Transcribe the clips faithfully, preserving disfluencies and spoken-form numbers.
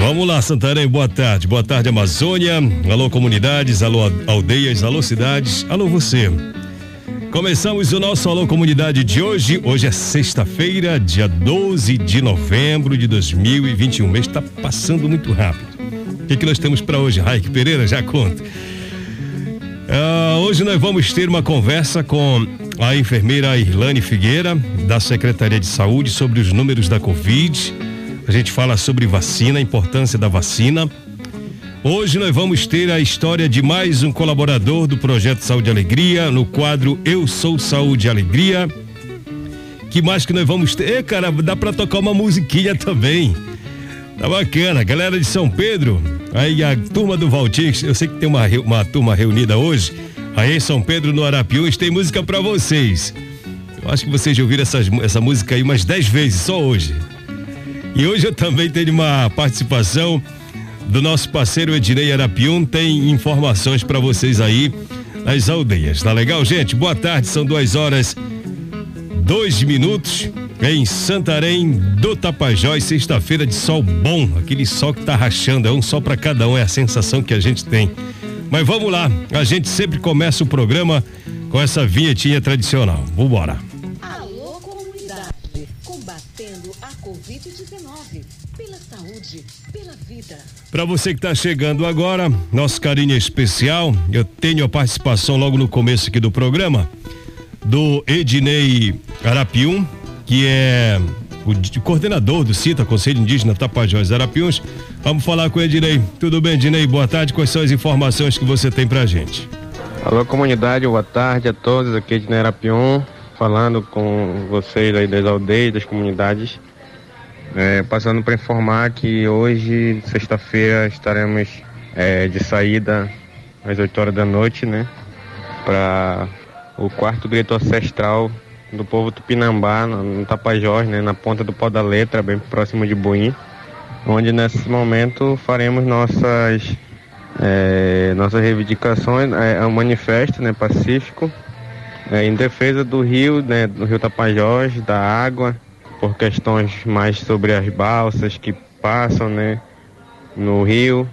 Vamos lá, Santarém, boa tarde. Boa tarde, Amazônia. Alô, comunidades, alô, aldeias, alô, cidades, alô, você. Começamos o nosso Alô Comunidade de hoje. Hoje é sexta-feira, dia doze de novembro de dois mil e vinte e um. O mês está passando muito rápido. O que, que nós temos para hoje, Raik Pereira? Já conta. Uh, hoje nós vamos ter uma conversa com a enfermeira Irlane Figueira, da Secretaria de Saúde, sobre os números da Covid. A gente fala sobre vacina, a importância da vacina. Hoje nós vamos ter a história de mais um colaborador do Projeto Saúde e Alegria, no quadro Eu Sou Saúde e Alegria. Que mais que nós vamos ter? É, cara, dá pra tocar uma musiquinha também. Tá bacana, galera de São Pedro, aí a turma do Valtinho, eu sei que tem uma, uma turma reunida hoje, aí em São Pedro, no Arapiuns, tem música pra vocês. Eu acho que vocês já ouviram essas, essa música aí umas dez vezes, só hoje. E hoje eu também tenho uma participação do nosso parceiro Ednei Arapiuns, tem informações para vocês aí nas aldeias, tá legal, gente? Boa tarde, são duas horas, dois minutos, em Santarém do Tapajós, sexta-feira de sol bom, aquele sol que tá rachando, é um sol para cada um, é a sensação que a gente tem. Mas vamos lá, a gente sempre começa o programa com essa vinhetinha tradicional, vambora. Alô, comunidade, combatendo a covid dezenove, pela saúde, pela vida. Para você que está chegando agora, nosso carinho especial, eu tenho a participação logo no começo aqui do programa do Ednei Arapiuns, que é o, o coordenador do CITA, Conselho Indígena Tapajós Arapiuns. Vamos falar com o Ednei. Tudo bem, Ednei? Boa tarde. Quais são as informações que você tem pra gente? Alô, comunidade, boa tarde a todos. Aqui Ednei Arapiuns, falando com vocês aí das aldeias, das comunidades. É, passando para informar que hoje, sexta-feira, estaremos é, de saída às oito horas da noite, né? Para o quarto grito ancestral do povo Tupinambá, no, no Tapajós, né? Na ponta do Pau da Letra, bem próximo de Boim, onde nesse momento faremos nossas, é, nossas reivindicações, é, um manifesto, né, pacífico, é, em defesa do rio, né? Do rio Tapajós, da água, por questões mais sobre as balsas que passam, né, no rio,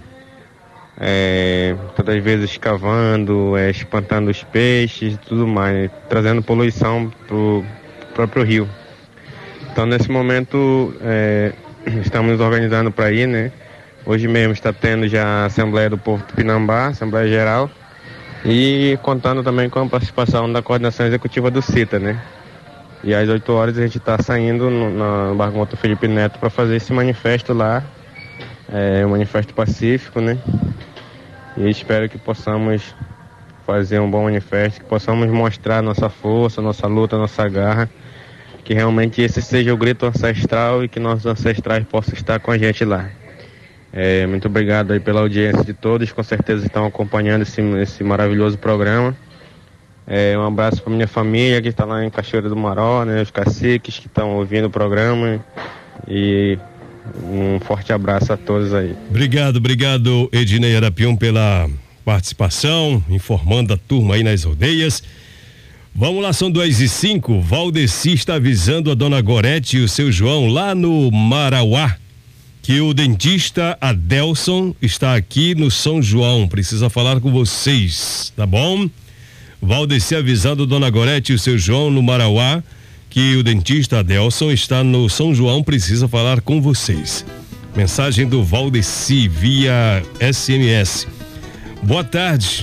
é, todas as vezes escavando, é, espantando os peixes e tudo mais, né, trazendo poluição pro próprio rio. Então, nesse momento, é, estamos nos organizando para ir, né? Hoje mesmo está tendo já a Assembleia do Povo Tupinambá, Assembleia Geral, e contando também com a participação da Coordenação Executiva do CITA, né? E às oito horas a gente está saindo no, no Barco Felipe Neto para fazer esse manifesto lá, é, um manifesto pacífico, né? E espero que possamos fazer um bom manifesto, que possamos mostrar nossa força, nossa luta, nossa garra, que realmente esse seja o grito ancestral e que nossos ancestrais possam estar com a gente lá. É, muito obrigado aí pela audiência de todos, com certeza estão acompanhando esse, esse maravilhoso programa. É, um abraço para minha família que está lá em Cachoeira do Maró, né, os caciques que estão ouvindo o programa, e um forte abraço a todos aí. Obrigado, obrigado, Ednei Arapiuns, pela participação, informando a turma aí nas aldeias. Vamos lá, são duas e cinco. Valdeci está avisando a dona Gorete e o seu João lá no Marauá que o dentista Adelson está aqui no São João, precisa falar com vocês, tá bom? Valdeci avisando Dona Gorete e o seu João no Marauá que o dentista Adelson está no São João, precisa falar com vocês. Mensagem do Valdeci via S M S. Boa tarde.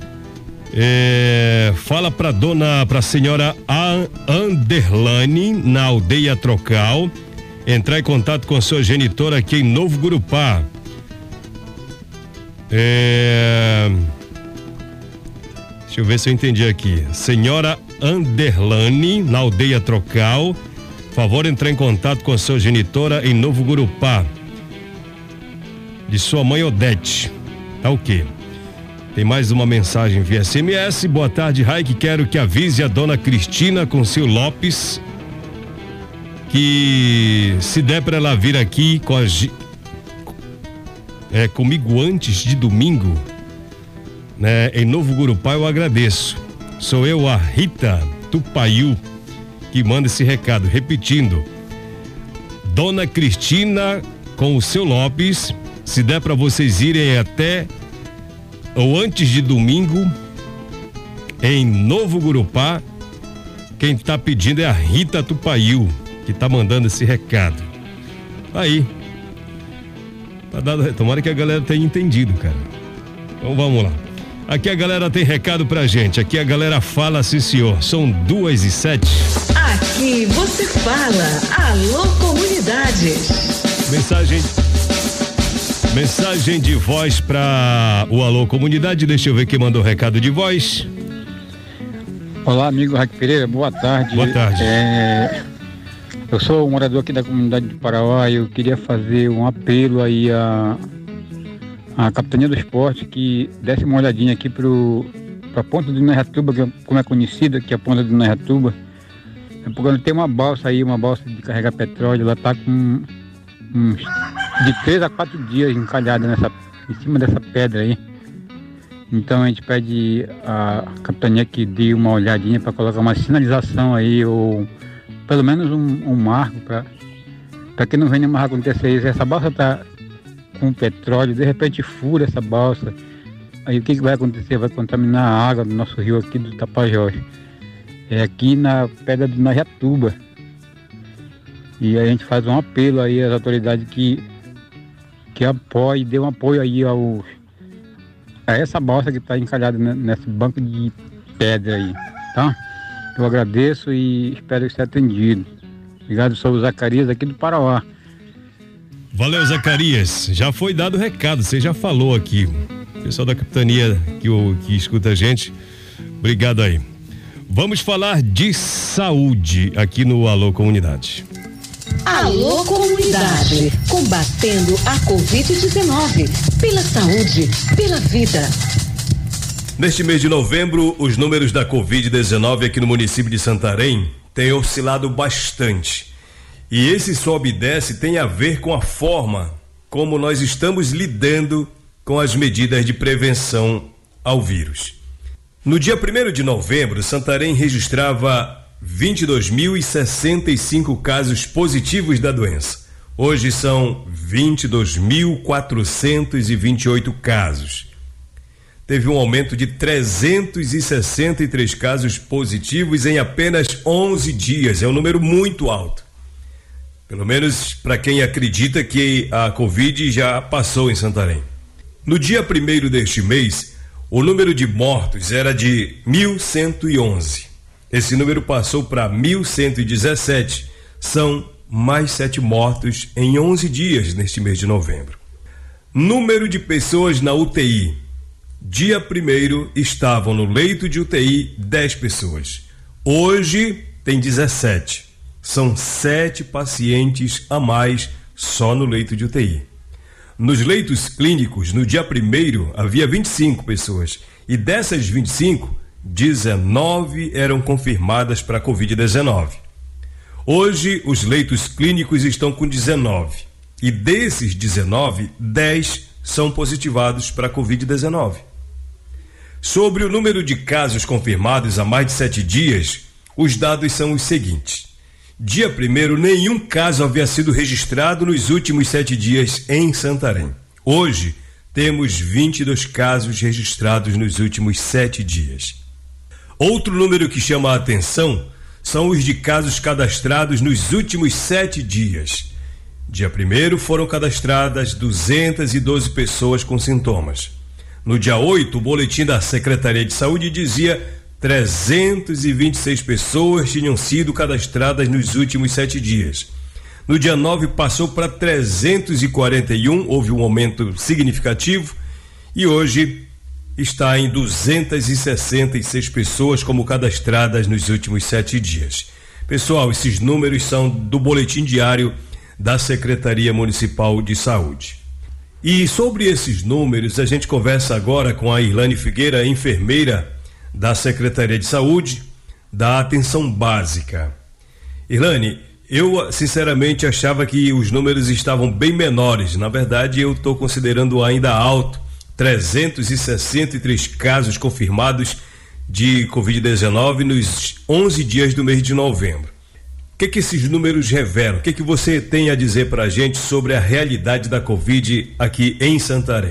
É, fala para dona, para a senhora Anderlane na aldeia Trocal entrar em contato com sua genitora aqui em Novo Gurupá. É... Deixa eu ver se eu entendi aqui. Senhora Anderlane, na aldeia Trocal, favor entrar em contato com a sua genitora em Novo Gurupá. De sua mãe Odete. Tá o quê? Tem mais uma mensagem via S M S. Boa tarde, Raik. Quero que avise a dona Cristina com seu Lopes que se der para ela vir aqui com a, é, comigo antes de domingo, né, em Novo Gurupá, eu agradeço. Sou eu, a Rita Tupaiu, que manda esse recado, repetindo: Dona Cristina com o seu Lopes, se der para ela vir aqui com a, é, comigo antes de domingo, né, em Novo Gurupá, eu agradeço. Sou eu, a Rita Tupaiu, que manda esse recado, repetindo. Dona Cristina com o seu Lopes, que Se der para vocês irem até ou antes de domingo em Novo Gurupá, quem tá pedindo é a Rita Tupail, que tá mandando esse recado. Aí. Tá dado, tomara que a galera tenha entendido, cara. Então vamos lá. Aqui a galera tem recado pra gente. Aqui a galera fala, sim senhor. São duas e sete. Aqui você fala. Alô, comunidade. Mensagem. Mensagem de voz pra o Alô Comunidade. Deixa eu ver quem mandou recado de voz. Olá, amigo Raque Pereira. Boa tarde. Boa tarde. É... Eu sou um morador aqui da comunidade de Parauá e eu queria fazer um apelo aí à, à Capitania do Esporte que desse uma olhadinha aqui para a ponta do Nairatuba, que é, como é conhecida, que é a ponta do Nairatuba. É porque tem uma balsa aí, uma balsa de carregar petróleo, ela está com uns de três a quatro dias encalhada nessa, em cima dessa pedra aí. Então a gente pede à Capitania que dê uma olhadinha para colocar uma sinalização aí, ou pelo menos um, um marco para que não venha mais acontecer isso. Essa balsa está com petróleo, de repente fura essa balsa, aí o que, que vai acontecer? Vai contaminar a água do nosso rio aqui do Tapajós. É aqui na pedra do Nairatuba. E a gente faz um apelo aí às autoridades que, que apoiem, dê um apoio aí ao, a essa balsa que está encalhada nesse banco de pedra aí, tá? Eu agradeço e espero ser atendido. Obrigado, sou o Zacarias aqui do Parauá. Valeu, Zacarias. Já foi dado o recado, você já falou aqui. O pessoal da capitania que, que escuta a gente, obrigado aí. Vamos falar de saúde aqui no Alô Comunidade. Alô, comunidade. Combatendo a covid dezenove. Pela saúde, pela vida. Neste mês de novembro, os números da covid dezenove aqui no município de Santarém têm oscilado bastante. E esse sobe e desce tem a ver com a forma como nós estamos lidando com as medidas de prevenção ao vírus. No dia primeiro de novembro, Santarém registrava vinte e dois mil e sessenta e cinco casos positivos da doença. Hoje são vinte e dois mil quatrocentos e vinte e oito casos. Teve um aumento de trezentos e sessenta e três casos positivos em apenas onze dias. É um número muito alto. Pelo menos para quem acredita que a Covid já passou em Santarém. No dia primeiro deste mês, o número de mortos era de mil cento e onze. Esse número passou para mil cento e dezessete. São mais sete mortos em onze dias neste mês de novembro. Número de pessoas na U T I. Dia primeiro estavam no leito de U T I dez pessoas. Hoje tem dezessete. São sete pacientes a mais só no leito de U T I. Nos leitos clínicos, no dia primeiro, havia vinte e cinco pessoas. E dessas vinte e cinco, dezenove eram confirmadas para a covid dezenove. Hoje, os leitos clínicos estão com dezenove. E desses dezenove, dez são positivados para a covid dezenove. Sobre o número de casos confirmados há mais de sete dias, os dados são os seguintes. Dia primeiro, nenhum caso havia sido registrado nos últimos sete dias em Santarém. Hoje, temos vinte e dois casos registrados nos últimos sete dias. Outro número que chama a atenção são os de casos cadastrados nos últimos sete dias. Dia primeiro, foram cadastradas duzentas e doze pessoas com sintomas. No dia oito, o boletim da Secretaria de Saúde dizia trezentas e vinte e seis pessoas tinham sido cadastradas nos últimos sete dias. No dia nove, passou para trezentos e quarenta e um, houve um aumento significativo, e hoje está em duzentas e sessenta e seis pessoas como cadastradas nos últimos sete dias. Pessoal, esses números são do boletim diário da Secretaria Municipal de Saúde. E sobre esses números, a gente conversa agora com a Irlane Figueira, enfermeira da Secretaria de Saúde, da Atenção Básica. Irlane, eu sinceramente achava que os números estavam bem menores. Na verdade, eu estou considerando ainda alto, trezentos e sessenta e três casos confirmados de covid dezenove nos onze dias do mês de novembro. O que que esses números revelam? O que que você tem a dizer para a gente sobre a realidade da Covid aqui em Santarém?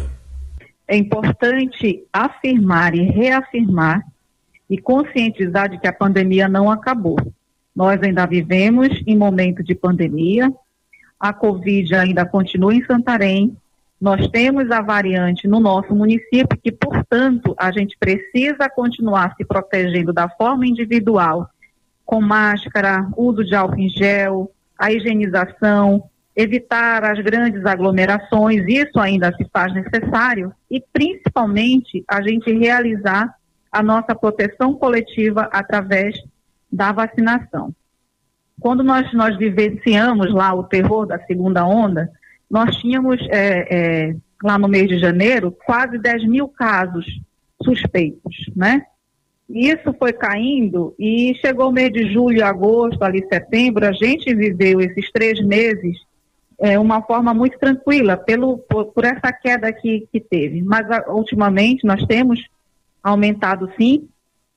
É importante afirmar e reafirmar e conscientizar de que a pandemia não acabou. Nós ainda vivemos em momento de pandemia, a Covid ainda continua em Santarém, nós temos a variante no nosso município que, portanto, a gente precisa continuar se protegendo da forma individual, com máscara, uso de álcool em gel, a higienização, evitar as grandes aglomerações, isso ainda se faz necessário, e principalmente a gente realizar a nossa proteção coletiva através da vacinação. Quando nós, nós vivenciamos lá o terror da segunda onda, nós tínhamos é, é, lá no mês de janeiro quase dez mil casos suspeitos, né? Isso foi caindo e chegou o mês de julho, agosto, ali setembro, a gente viveu esses três meses é, uma forma muito tranquila pelo, por, por essa queda que, que teve. Mas a, ultimamente nós temos aumentado sim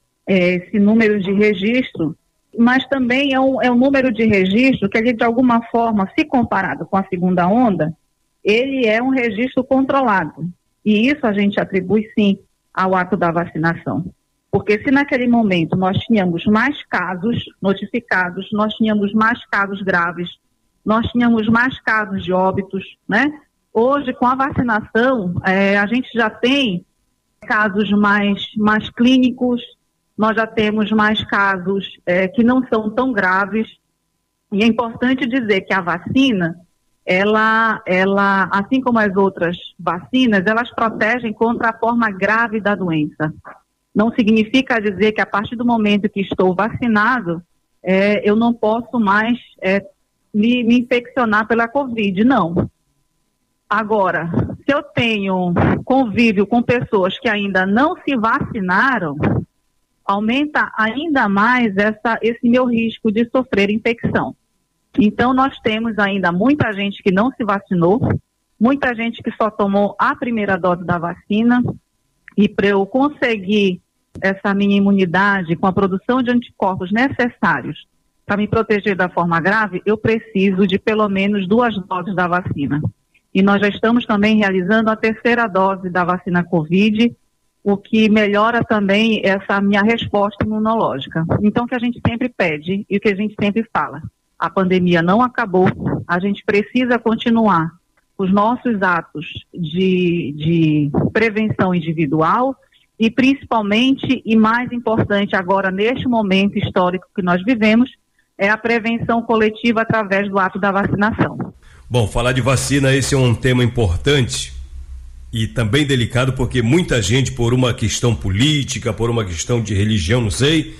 é, esse número de registro, mas também é um, é um número de registro que a gente de alguma forma, se comparado com a segunda onda, ele é um registro controlado. E isso a gente atribui sim ao ato da vacinação. Porque se naquele momento nós tínhamos mais casos notificados, nós tínhamos mais casos graves, nós tínhamos mais casos de óbitos, né? Hoje, com a vacinação, é, a gente já tem casos mais, mais clínicos, nós já temos mais casos é, que não são tão graves. E é importante dizer que a vacina, ela, ela, assim como as outras vacinas, elas protegem contra a forma grave da doença. Não significa dizer que a partir do momento que estou vacinado, é, eu não posso mais é, me, me infeccionar pela Covid, não. Agora, se eu tenho convívio com pessoas que ainda não se vacinaram, aumenta ainda mais essa, esse meu risco de sofrer infecção. Então, nós temos ainda muita gente que não se vacinou, muita gente que só tomou a primeira dose da vacina, e para eu conseguir essa minha imunidade com a produção de anticorpos necessários para me proteger da forma grave, eu preciso de pelo menos duas doses da vacina. E nós já estamos também realizando a terceira dose da vacina Covid, o que melhora também essa minha resposta imunológica. Então, o que a gente sempre pede e o que a gente sempre fala, a pandemia não acabou, a gente precisa continuar os nossos atos de, de prevenção individual e principalmente, e mais importante agora neste momento histórico que nós vivemos, é a prevenção coletiva através do ato da vacinação. Bom, falar de vacina, esse é um tema importante e também delicado, porque muita gente, por uma questão política, por uma questão de religião, não sei,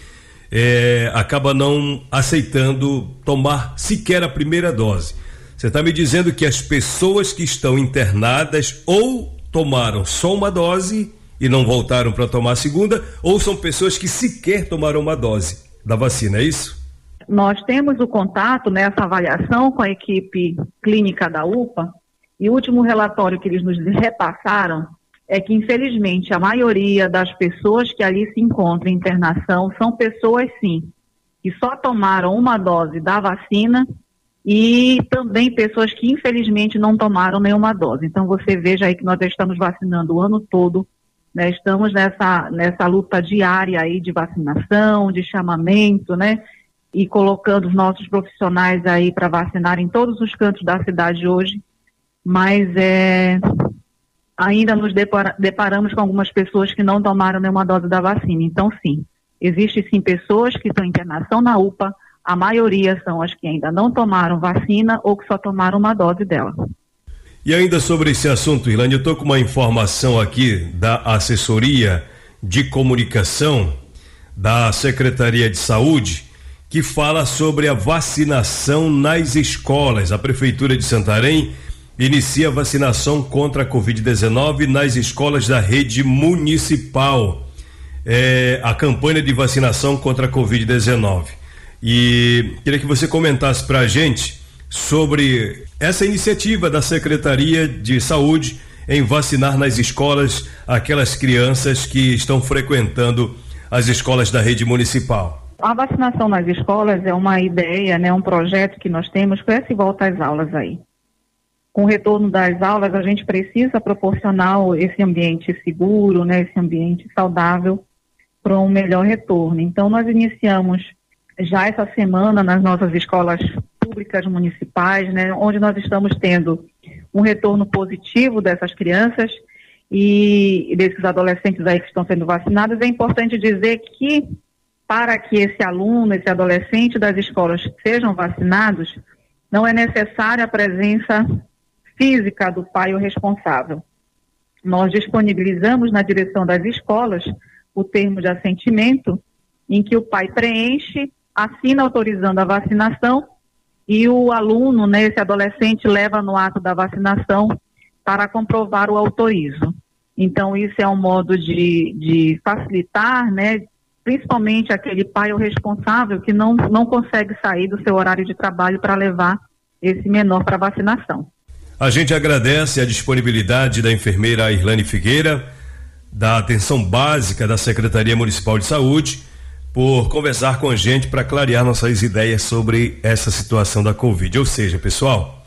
é, acaba não aceitando tomar sequer a primeira dose. Você está me dizendo que as pessoas que estão internadas ou tomaram só uma dose e não voltaram para tomar a segunda, ou são pessoas que sequer tomaram uma dose da vacina, é isso? Nós temos o contato nessa avaliação com a equipe clínica da U P A, e o último relatório que eles nos repassaram é que, infelizmente, a maioria das pessoas que ali se encontram em internação são pessoas, sim, que só tomaram uma dose da vacina e também pessoas que, infelizmente, não tomaram nenhuma dose. Então, você veja aí que nós estamos vacinando o ano todo, né? Estamos nessa, nessa luta diária aí de vacinação, de chamamento, né? E colocando os nossos profissionais aí para vacinar em todos os cantos da cidade hoje, mas é, ainda nos depara, deparamos com algumas pessoas que não tomaram nenhuma dose da vacina. Então, sim, existem sim pessoas que estão em internação na U P A, a maioria são as que ainda não tomaram vacina ou que só tomaram uma dose dela. E ainda sobre esse assunto, Irlane, eu estou com uma informação aqui da Assessoria de Comunicação da Secretaria de Saúde, que fala sobre a vacinação nas escolas. A Prefeitura de Santarém inicia a vacinação contra a covid dezenove nas escolas da rede municipal. É, a campanha de vacinação contra a covid dezenove. E queria que você comentasse para a gente sobre essa iniciativa da Secretaria de Saúde em vacinar nas escolas aquelas crianças que estão frequentando as escolas da rede municipal. A vacinação nas escolas é uma ideia, né, um projeto que nós temos para essa volta às aulas aí. Com o retorno das aulas, a gente precisa proporcionar esse ambiente seguro, né, esse ambiente saudável para um melhor retorno. Então, nós iniciamos já essa semana nas nossas escolas públicas municipais, né, onde nós estamos tendo um retorno positivo dessas crianças e desses adolescentes aí que estão sendo vacinados. É importante dizer que, para que esse aluno, esse adolescente das escolas sejam vacinados, não é necessária a presença física do pai ou responsável. Nós disponibilizamos na direção das escolas o termo de assentimento, em que o pai preenche, assina autorizando a vacinação e o aluno, né, esse adolescente, leva no ato da vacinação para comprovar o autorizo. Então, isso é um modo de, de facilitar, né, principalmente aquele pai ou responsável que não, não consegue sair do seu horário de trabalho para levar esse menor para vacinação. A gente agradece a disponibilidade da enfermeira Irlane Figueira, da Atenção Básica da Secretaria Municipal de Saúde, por conversar com a gente para clarear nossas ideias sobre essa situação da Covid. Ou seja, pessoal,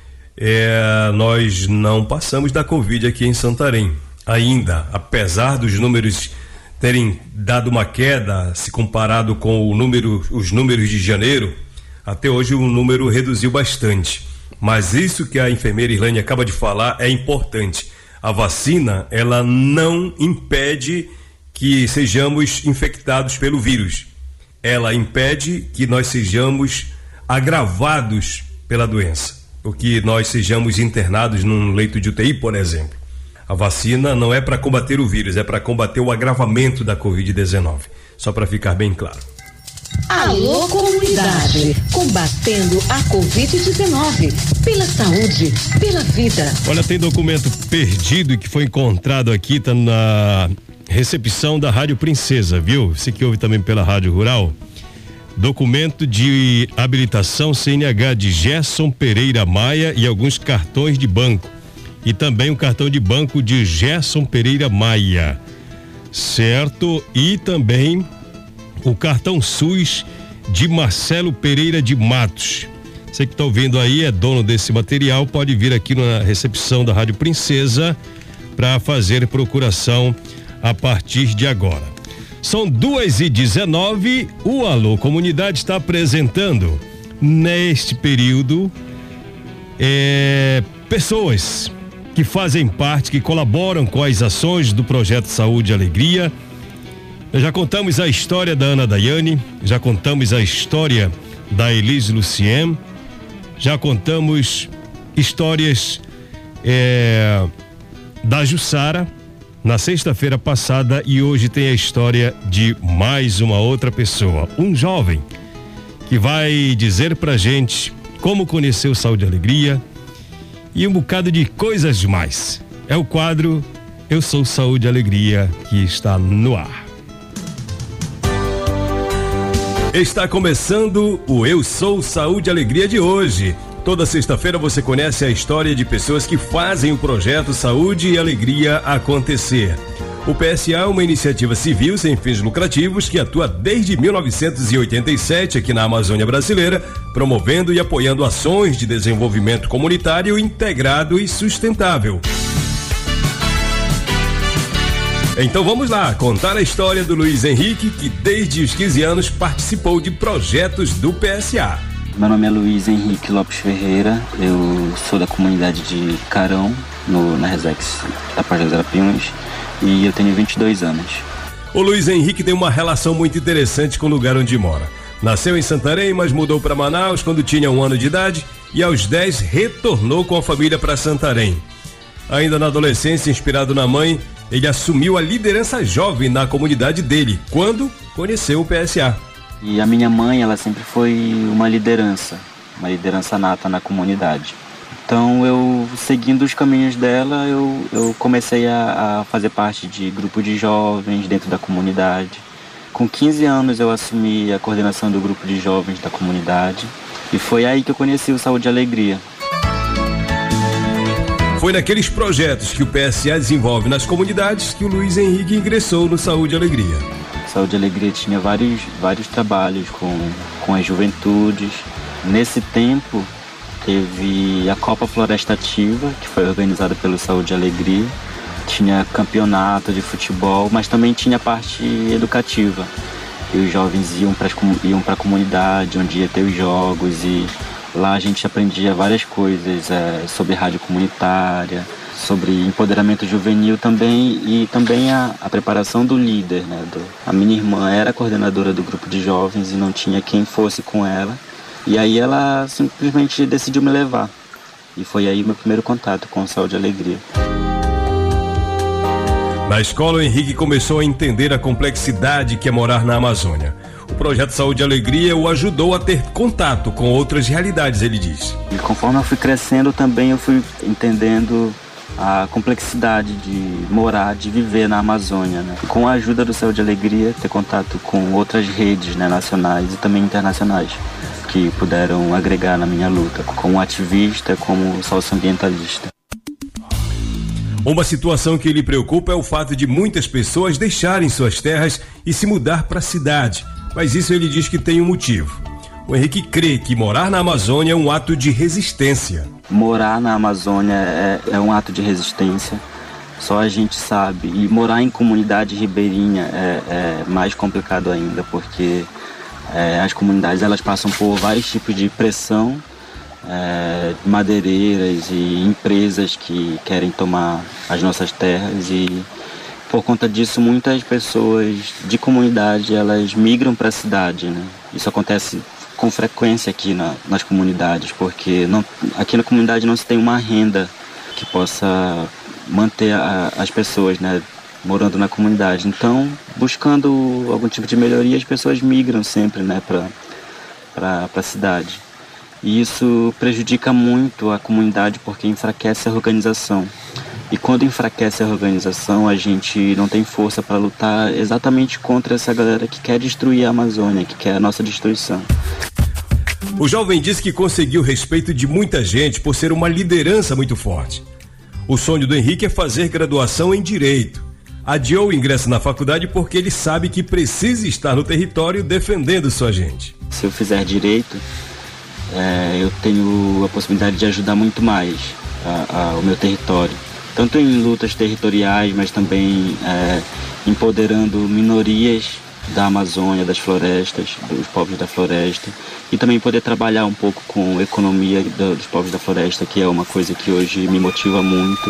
é, nós não passamos da Covid aqui em Santarém ainda, apesar dos números terem dado uma queda, se comparado com o número, os números de janeiro. Até hoje o número reduziu bastante. Mas isso que a enfermeira Irlane acaba de falar é importante. A vacina, ela não impede que sejamos infectados pelo vírus. Ela impede que nós sejamos agravados pela doença, ou que nós sejamos internados num leito de U T I, por exemplo. A vacina não é para combater o vírus, é para combater o agravamento da covid dezenove. Só para ficar bem claro. Alô, comunidade, combatendo a covid dezenove, pela saúde, pela vida. Olha, tem documento perdido que foi encontrado aqui, tá na recepção da Rádio Princesa, viu? Você que ouve também pela Rádio Rural. Documento de habilitação C N H de Gerson Pereira Maia e alguns cartões de banco. E também o cartão de banco de Gerson Pereira Maia, certo? E também o cartão SUS de Marcelo Pereira de Matos. Você que está ouvindo aí é dono desse material, pode vir aqui na recepção da Rádio Princesa para fazer procuração a partir de agora. São duas e dezenove, o Alô Comunidade está apresentando neste período é, pessoas que fazem parte, que colaboram com as ações do Projeto Saúde e Alegria. Já contamos a história da Ana Daiane, já contamos a história da Elise Lucien, já contamos histórias é, da Jussara na sexta-feira passada, e hoje tem a história de mais uma outra pessoa, um jovem que vai dizer pra gente como conheceu Saúde e Alegria e um bocado de coisas mais. É o quadro Eu Sou Saúde e Alegria que está no ar. Está começando o Eu Sou Saúde e Alegria de hoje. Toda sexta-feira você conhece a história de pessoas que fazem o projeto Saúde e Alegria acontecer. O P S A é uma iniciativa civil sem fins lucrativos que atua desde mil novecentos e oitenta e sete aqui na Amazônia brasileira, promovendo e apoiando ações de desenvolvimento comunitário integrado e sustentável. Então vamos lá, contar a história do Luiz Henrique, que desde os quinze anos participou de projetos do P S A. Meu nome é Luiz Henrique Lopes Ferreira, eu sou da comunidade de Carão, no, na Resex da Pajé Arapiuns, e eu tenho vinte e dois anos. O Luiz Henrique tem uma relação muito interessante com o lugar onde mora. Nasceu em Santarém, mas mudou para Manaus quando tinha um ano de idade e aos dez retornou com a família para Santarém. Ainda na adolescência, inspirado na mãe, ele assumiu a liderança jovem na comunidade dele, quando conheceu o P S A. E a minha mãe, ela sempre foi uma liderança, uma liderança nata na comunidade. Então, eu, seguindo os caminhos dela, eu, eu comecei a, a fazer parte de grupo de jovens dentro da comunidade. Com quinze anos, eu assumi a coordenação do grupo de jovens da comunidade e foi aí que eu conheci o Saúde e Alegria. Foi naqueles projetos que o P S A desenvolve nas comunidades que o Luiz Henrique ingressou no Saúde e Alegria. Saúde e Alegria tinha vários, vários trabalhos com, com as juventudes. Nesse tempo, teve a Copa Floresta Ativa, que foi organizada pelo Saúde e Alegria. Tinha campeonato de futebol, mas também tinha a parte educativa. E os jovens iam para iam para a comunidade, onde ia ter os jogos, e lá a gente aprendia várias coisas é, sobre rádio comunitária, sobre empoderamento juvenil também, e também a, a preparação do líder, né? Do, a minha irmã era coordenadora do grupo de jovens e não tinha quem fosse com ela. E aí ela simplesmente decidiu me levar. E foi aí meu primeiro contato com Saúde e Alegria. Na escola, o Henrique começou a entender a complexidade que é morar na Amazônia. O projeto Saúde e Alegria o ajudou a ter contato com outras realidades, ele diz. E conforme eu fui crescendo também, eu fui entendendo a complexidade de morar, de viver na Amazônia, né? Com a ajuda do Saúde e Alegria, ter contato com outras redes, né, nacionais e também internacionais, que puderam agregar na minha luta, como ativista, como socioambientalista. Uma situação que lhe preocupa é o fato de muitas pessoas deixarem suas terras e se mudar para a cidade, mas isso ele diz que tem um motivo. O Henrique crê que morar na Amazônia é um ato de resistência. Morar na Amazônia é, é um ato de resistência, só a gente sabe. E morar em comunidade ribeirinha é, é mais complicado ainda, porque é, as comunidades elas passam por vários tipos de pressão, é, madeireiras e empresas que querem tomar as nossas terras, e por conta disso muitas pessoas de comunidade elas migram para a cidade, né? Isso acontece com frequência aqui na, nas comunidades, porque não, aqui na comunidade não se tem uma renda que possa manter a, as pessoas, né, morando na comunidade. Então, buscando algum tipo de melhoria, as pessoas migram sempre, né, para a cidade. E isso prejudica muito a comunidade porque enfraquece a organização. E quando enfraquece a organização, a gente não tem força para lutar exatamente contra essa galera que quer destruir a Amazônia, que quer a nossa destruição. O jovem disse que conseguiu o respeito de muita gente por ser uma liderança muito forte. O sonho do Henrique é fazer graduação em Direito. Adiou o ingresso na faculdade porque ele sabe que precisa estar no território defendendo sua gente. Se eu fizer Direito, é, eu tenho a possibilidade de ajudar muito mais a, a, o meu território. Tanto em lutas territoriais, mas também é, empoderando minorias da Amazônia, das florestas, dos povos da floresta, e também poder trabalhar um pouco com a economia dos povos da floresta, que é uma coisa que hoje me motiva muito.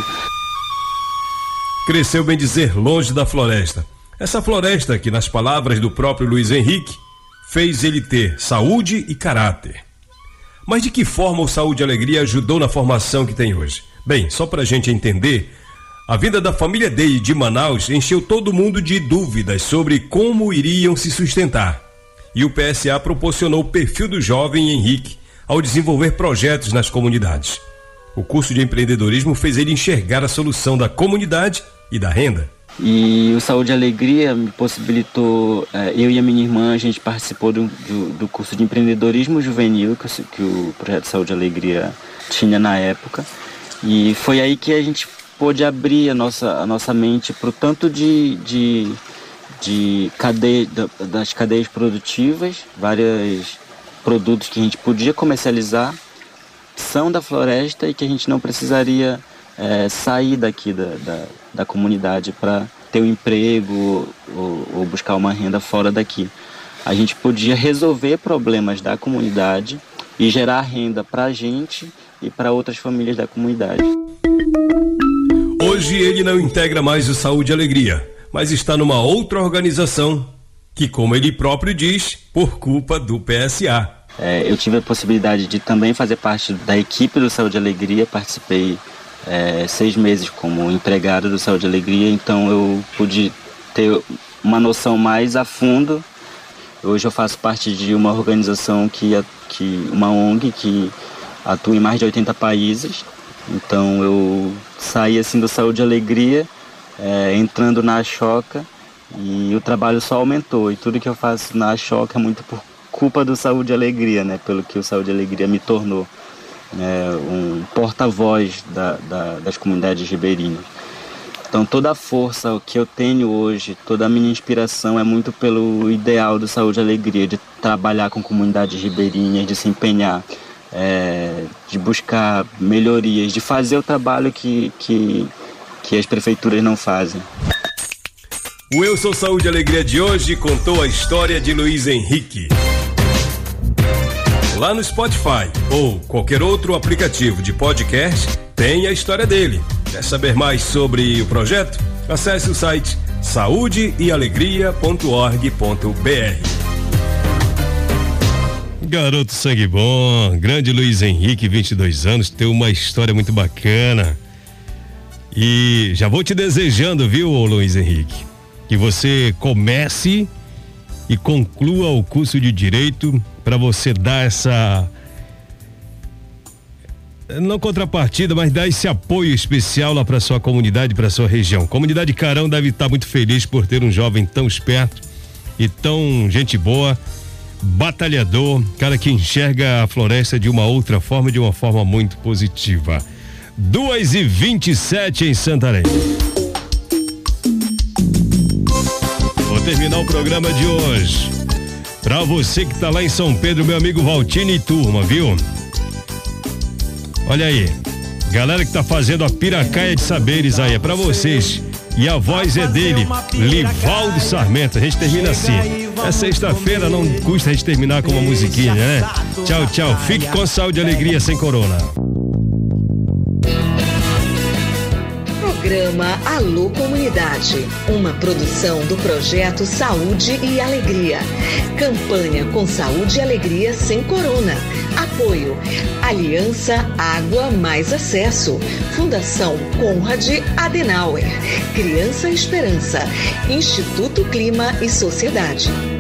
Cresceu, bem dizer, longe da floresta. Essa floresta que, nas palavras do próprio Luiz Henrique, fez ele ter saúde e caráter. Mas de que forma o Saúde e Alegria ajudou na formação que tem hoje? Bem, só para a gente entender, a vinda da família Day de Manaus encheu todo mundo de dúvidas sobre como iriam se sustentar. E o P S A proporcionou o perfil do jovem Henrique ao desenvolver projetos nas comunidades. O curso de empreendedorismo fez ele enxergar a solução da comunidade e da renda. E o Saúde e Alegria me possibilitou, eu e a minha irmã, a gente participou do, do, do curso de empreendedorismo juvenil que, que o projeto Saúde e Alegria tinha na época. E foi aí que a gente pôde abrir a nossa, a nossa mente para o tanto de, de, de cadeia, das cadeias produtivas, vários produtos que a gente podia comercializar, que são da floresta e que a gente não precisaria é, sair daqui da, da, da comunidade para ter um emprego ou, ou buscar uma renda fora daqui. A gente podia resolver problemas da comunidade e gerar renda para a gente e para outras famílias da comunidade. Hoje ele não integra mais o Saúde e Alegria, mas está numa outra organização que, como ele próprio diz, por culpa do P S A. É, eu tive a possibilidade de também fazer parte da equipe do Saúde e Alegria, participei é, seis meses como empregado do Saúde e Alegria, então eu pude ter uma noção mais a fundo. Hoje eu faço parte de uma organização, que, que uma O N G que atua em mais de oitenta países. Então eu saí assim do Saúde e Alegria, é, entrando na Ashoka, e o trabalho só aumentou. E tudo que eu faço na Ashoka é muito por culpa do Saúde e Alegria, né? Pelo que o Saúde e Alegria me tornou, né? Um porta-voz da, da, das comunidades ribeirinhas. Então toda a força que eu tenho hoje, toda a minha inspiração é muito pelo ideal do Saúde e Alegria, de trabalhar com comunidades ribeirinhas, de se empenhar, é, de buscar melhorias, de fazer o trabalho que, que, que as prefeituras não fazem. O Eu Sou Saúde e Alegria de hoje contou a história de Luiz Henrique. Lá no Spotify ou qualquer outro aplicativo de podcast, tem a história dele. Quer saber mais sobre o projeto? Acesse o site saúde e alegria ponto org ponto br. Garoto sangue bom, grande Luiz Henrique, vinte e dois anos, tem uma história muito bacana. E já vou te desejando, viu, Luiz Henrique, que você comece e conclua o curso de Direito para você dar essa, não contrapartida, mas dar esse apoio especial lá para sua comunidade, para sua região. A comunidade Carão deve estar muito feliz por ter um jovem tão esperto e tão gente boa, batalhador, cara que enxerga a floresta de uma outra forma, de uma forma muito positiva. duas e vinte e sete em Santarém. Vou terminar o programa de hoje. Pra você que tá lá em São Pedro, meu amigo Valtini e turma, viu? Olha aí, galera que tá fazendo a piracaia de saberes aí, é pra vocês. E a voz é dele, Livaldo Sarmento. A gente termina assim. É sexta-feira, não custa a gente terminar com uma musiquinha, né? Tchau, tchau. Fique com saúde e alegria sem corona. Programa Alô Comunidade, uma produção do projeto Saúde e Alegria. Campanha com Saúde e Alegria sem corona. Apoio Aliança Água Mais Acesso. Fundação Konrad Adenauer. Criança Esperança. Instituto Clima e Sociedade.